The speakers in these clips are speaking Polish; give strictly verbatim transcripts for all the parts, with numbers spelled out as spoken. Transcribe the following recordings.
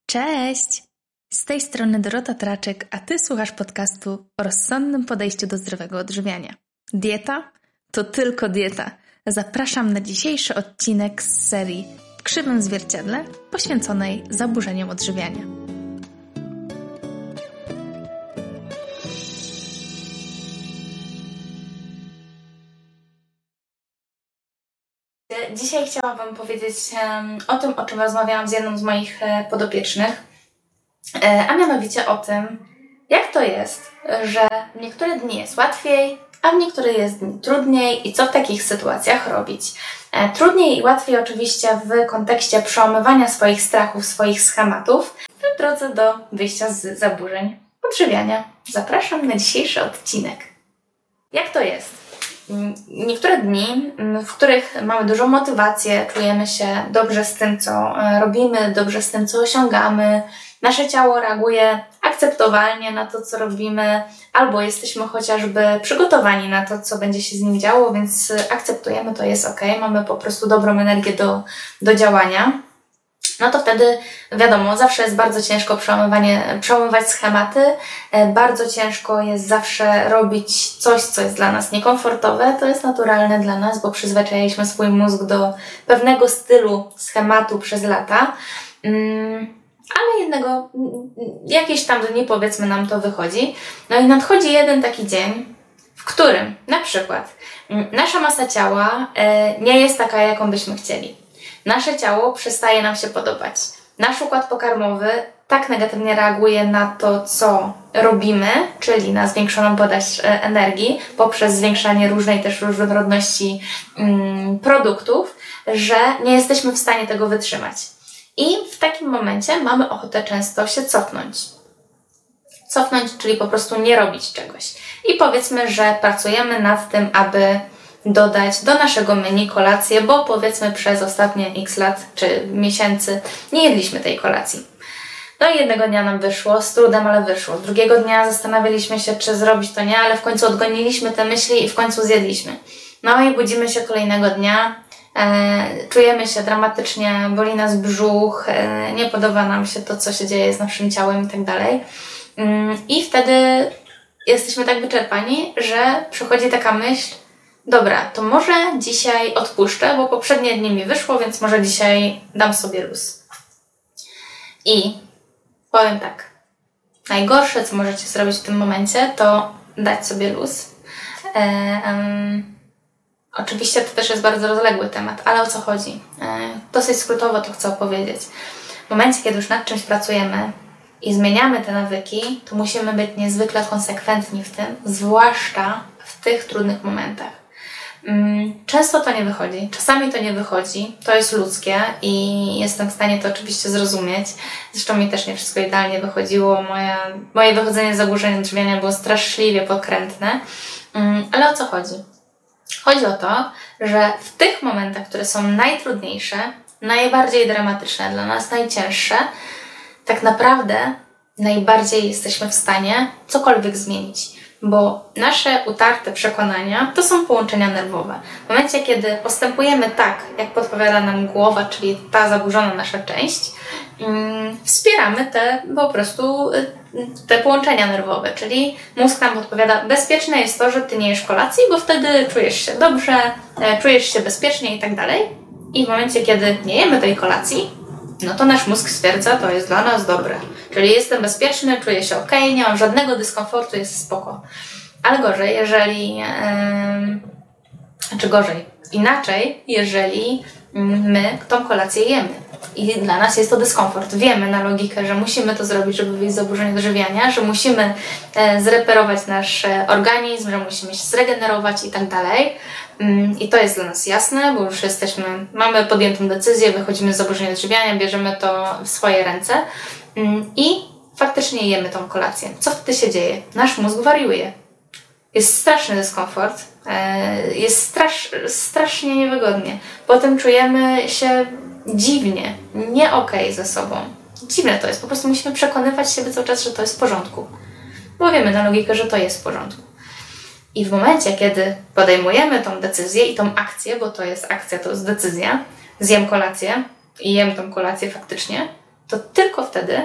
Cześć! Z tej strony Dorota Traczek, a Ty słuchasz podcastu o rozsądnym podejściu do zdrowego odżywiania. Dieta? To tylko dieta. Zapraszam na dzisiejszy odcinek z serii W krzywym zwierciadle poświęconej zaburzeniom odżywiania. Dzisiaj chciałabym powiedzieć o tym, o czym rozmawiałam z jedną z moich podopiecznych, a mianowicie o tym, jak to jest, że w niektóre dni jest łatwiej, a w niektóre jest dni trudniej i co w takich sytuacjach robić. Trudniej i łatwiej oczywiście w kontekście przełamywania swoich strachów, swoich schematów w drodze do wyjścia z zaburzeń odżywiania. Zapraszam na dzisiejszy odcinek. Jak to jest? Niektóre dni, w których mamy dużą motywację, czujemy się dobrze z tym, co robimy, dobrze z tym, co osiągamy, nasze ciało reaguje akceptowalnie na to, co robimy, albo jesteśmy chociażby przygotowani na to, co będzie się z nim działo, więc akceptujemy, to jest ok, mamy po prostu dobrą energię do, do działania. No to wtedy wiadomo, zawsze jest bardzo ciężko przełamywanie, przełamywać schematy, bardzo ciężko jest zawsze robić coś, co jest dla nas niekomfortowe, to jest naturalne dla nas, bo przyzwyczailiśmy swój mózg do pewnego stylu, schematu przez lata, ale jednego, jakieś tam dni powiedzmy nam to wychodzi. No i nadchodzi jeden taki dzień, w którym na przykład nasza masa ciała nie jest taka, jaką byśmy chcieli. Nasze ciało przestaje nam się podobać. Nasz układ pokarmowy tak negatywnie reaguje na to, co robimy, czyli na zwiększoną podaż energii poprzez zwiększanie różnej też różnorodności mm, produktów, że nie jesteśmy w stanie tego wytrzymać. I w takim momencie mamy ochotę często się cofnąć. Cofnąć, czyli po prostu nie robić czegoś. I powiedzmy, że pracujemy nad tym, aby dodać do naszego menu kolację, bo powiedzmy przez ostatnie x lat czy miesięcy nie jedliśmy tej kolacji. No i jednego dnia nam wyszło, z trudem, ale wyszło. Drugiego dnia zastanawialiśmy się, czy zrobić to nie, ale w końcu odgoniliśmy te myśli i w końcu zjedliśmy. No i budzimy się kolejnego dnia, e, czujemy się dramatycznie, boli nas brzuch, e, nie podoba nam się to, co się dzieje z naszym ciałem i tak dalej. I wtedy jesteśmy tak wyczerpani, że przychodzi taka myśl, dobra, to może dzisiaj odpuszczę, bo poprzednie dni mi wyszło, więc może dzisiaj dam sobie luz. I powiem tak, najgorsze, co możecie zrobić w tym momencie, to dać sobie luz. E, um, oczywiście to też jest bardzo rozległy temat, ale o co chodzi? E, dosyć skrótowo to chcę opowiedzieć. W momencie, kiedy już nad czymś pracujemy i zmieniamy te nawyki, to musimy być niezwykle konsekwentni w tym, zwłaszcza w tych trudnych momentach. Często to nie wychodzi, czasami to nie wychodzi, to jest ludzkie i jestem w stanie to oczywiście zrozumieć. Zresztą mi też nie wszystko idealnie wychodziło, Moja, moje wychodzenie z zaburzeń odżywiania było straszliwie pokrętne. Ale o co chodzi? Chodzi o to, że w tych momentach, które są najtrudniejsze, najbardziej dramatyczne dla nas, najcięższe, tak naprawdę najbardziej jesteśmy w stanie cokolwiek zmienić. Bo nasze utarte przekonania to są połączenia nerwowe. W momencie, kiedy postępujemy tak, jak podpowiada nam głowa, czyli ta zaburzona nasza część, mm, wspieramy te po prostu te połączenia nerwowe, czyli mózg nam podpowiada, bezpieczne jest to, że ty nie jesz kolacji, bo wtedy czujesz się dobrze, czujesz się bezpiecznie i tak dalej. I w momencie, kiedy nie jemy tej kolacji, no to nasz mózg stwierdza, to jest dla nas dobre. Czyli jestem bezpieczny, czuję się ok, nie mam żadnego dyskomfortu, jest spoko. Ale gorzej, jeżeli... Yy, znaczy gorzej, inaczej, jeżeli my tą kolację jemy. I dla nas jest to dyskomfort. Wiemy na logikę, że musimy to zrobić, żeby wyjść z zaburzeń odżywiania, że musimy e, zreperować nasz organizm, że musimy się zregenerować i tak dalej. I to jest dla nas jasne, bo już jesteśmy, mamy podjętą decyzję, wychodzimy z zaburzeń odżywiania, bierzemy to w swoje ręce i faktycznie jemy tą kolację. Co wtedy się dzieje? Nasz mózg wariuje. Jest straszny dyskomfort, jest strasz, strasznie niewygodnie. Potem czujemy się dziwnie, nie okej ze sobą. Dziwne to jest, po prostu musimy przekonywać siebie cały czas, że to jest w porządku. Bo wiemy na logikę, że to jest w porządku. I w momencie, kiedy podejmujemy tą decyzję i tą akcję, bo to jest akcja, to jest decyzja, zjem kolację i jem tą kolację faktycznie, to tylko wtedy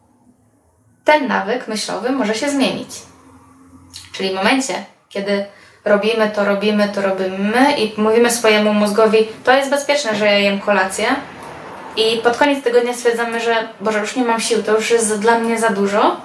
ten nawyk myślowy może się zmienić. Czyli w momencie, kiedy robimy to, robimy to, robimy i mówimy swojemu mózgowi, to jest bezpieczne, że ja jem kolację, i pod koniec tygodnia stwierdzamy, że Boże, już nie mam sił, to już jest dla mnie za dużo,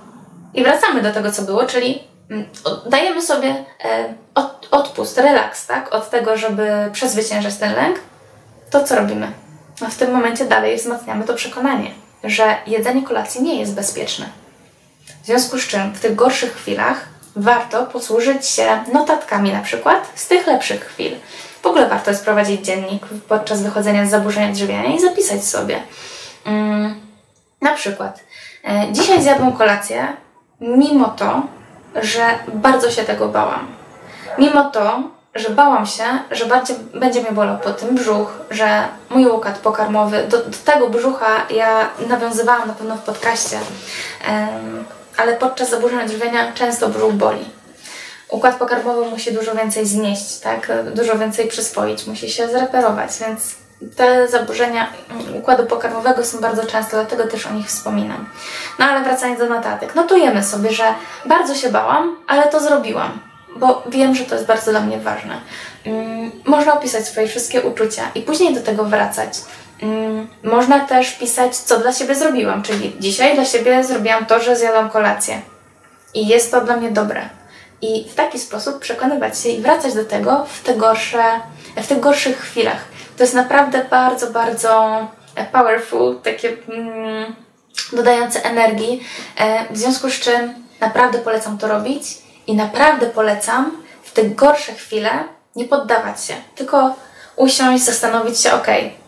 i wracamy do tego, co było, czyli dajemy sobie od, odpust, relaks, tak? Od tego, żeby przezwyciężać ten lęk, to co robimy? No w tym momencie dalej wzmacniamy to przekonanie, że jedzenie kolacji nie jest bezpieczne. W związku z czym w tych gorszych chwilach warto posłużyć się notatkami na przykład z tych lepszych chwil. W ogóle warto jest prowadzić dziennik podczas wychodzenia z zaburzeń odżywiania i zapisać sobie. Hmm, na przykład e, dzisiaj zjadłam kolację, mimo to, że bardzo się tego bałam. Mimo to, że bałam się, że bardziej będzie mnie bolał po tym brzuch, że mój układ pokarmowy, do, do tego brzucha ja nawiązywałam na pewno w podcaście, um, ale podczas zaburzeń odżywiania często brzuch boli. Układ pokarmowy musi dużo więcej znieść, tak? Dużo więcej przyswoić, musi się zreperować, więc te zaburzenia układu pokarmowego są bardzo częste, dlatego też o nich wspominam. No ale wracając do notatek, notujemy sobie, że bardzo się bałam, ale to zrobiłam, bo wiem, że to jest bardzo dla mnie ważne. Um, można opisać swoje wszystkie uczucia i później do tego wracać. Um, można też pisać, co dla siebie zrobiłam, czyli dzisiaj dla siebie zrobiłam to, że zjadłam kolację i jest to dla mnie dobre. I w taki sposób przekonywać się i wracać do tego w te gorsze, w tych gorszych chwilach. To jest naprawdę bardzo, bardzo powerful, takie mm, dodające energii, e, w związku z czym naprawdę polecam to robić i naprawdę polecam w tych gorsze chwile nie poddawać się, tylko usiąść, zastanowić się, ok,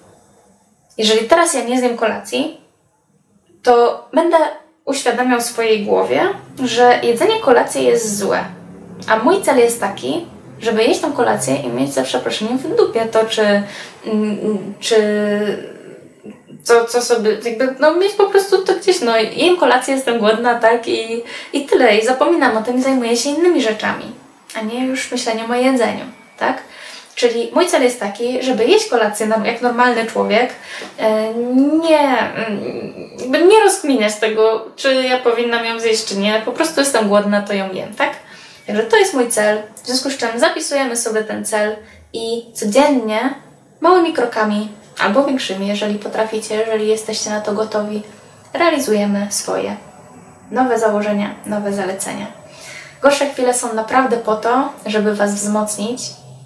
jeżeli teraz ja nie zjem kolacji, to będę uświadamiał swojej głowie, że jedzenie kolacji jest złe. A mój cel jest taki, żeby jeść tą kolację i mieć za przeproszeniem w dupie to, czy, czy co, co sobie, jakby, no mieć po prostu to gdzieś, no jem kolację, jestem głodna, tak, i, i tyle. I zapominam o tym i zajmuję się innymi rzeczami, a nie już myśleniem o jedzeniu, tak? Czyli mój cel jest taki, żeby jeść kolację jak normalny człowiek, nie, jakby nie rozkminiać tego, czy ja powinnam ją zjeść, czy nie. Po prostu jestem głodna, to ją jem, tak? Także to jest mój cel, w związku z czym zapisujemy sobie ten cel i codziennie, małymi krokami, albo większymi, jeżeli potraficie, jeżeli jesteście na to gotowi, realizujemy swoje nowe założenia, nowe zalecenia. Gorsze chwile są naprawdę po to, żeby Was wzmocnić,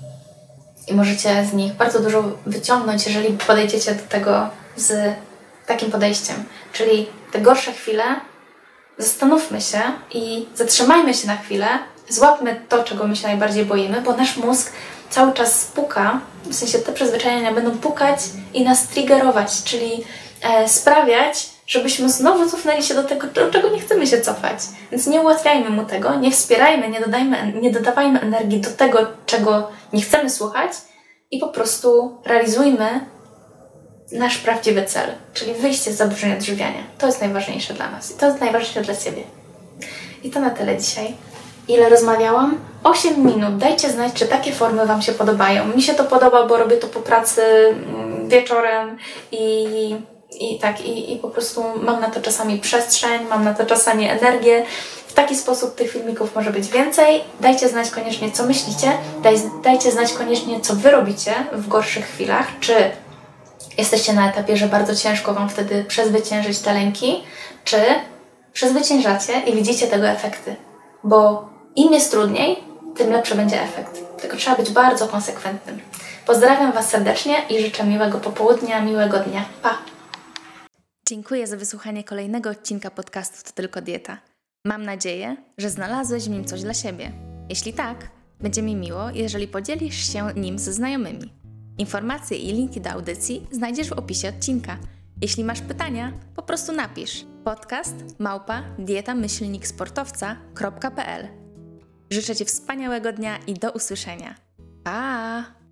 i możecie z nich bardzo dużo wyciągnąć, jeżeli podejdziecie do tego z takim podejściem. Czyli te gorsze chwile, zastanówmy się i zatrzymajmy się na chwilę, złapmy to, czego my się najbardziej boimy, bo nasz mózg cały czas puka, w sensie te przyzwyczajenia będą pukać i nas triggerować, czyli e, sprawiać, żebyśmy znowu cofnęli się do tego, do czego nie chcemy się cofać. Więc nie ułatwiajmy mu tego, nie wspierajmy, nie, dodajmy, nie dodawajmy energii do tego, czego nie chcemy słuchać i po prostu realizujmy nasz prawdziwy cel, czyli wyjście z zaburzeń odżywiania. To jest najważniejsze dla nas i to jest najważniejsze dla Ciebie. I to na tyle dzisiaj. Ile rozmawiałam? osiem minut. Dajcie znać, czy takie formy Wam się podobają. Mi się to podoba, bo robię to po pracy wieczorem i I tak, i, i po prostu mam na to czasami przestrzeń, mam na to czasami energię. W taki sposób tych filmików może być więcej. Dajcie znać koniecznie, co myślicie. Daj, dajcie znać koniecznie, co Wy robicie w gorszych chwilach. Czy jesteście na etapie, że bardzo ciężko Wam wtedy przezwyciężyć te lęki, czy przezwyciężacie i widzicie tego efekty. Bo im jest trudniej, tym lepszy będzie efekt. Tylko trzeba być bardzo konsekwentnym. Pozdrawiam Was serdecznie i życzę miłego popołudnia, miłego dnia. Pa! Dziękuję za wysłuchanie kolejnego odcinka podcastu To Tylko Dieta. Mam nadzieję, że znalazłeś w nim coś dla siebie. Jeśli tak, będzie mi miło, jeżeli podzielisz się nim ze znajomymi. Informacje i linki do audycji znajdziesz w opisie odcinka. Jeśli masz pytania, po prostu napisz podcast małpa dieta myślnik sportowca kropka p l. Życzę Ci wspaniałego dnia i do usłyszenia. Pa!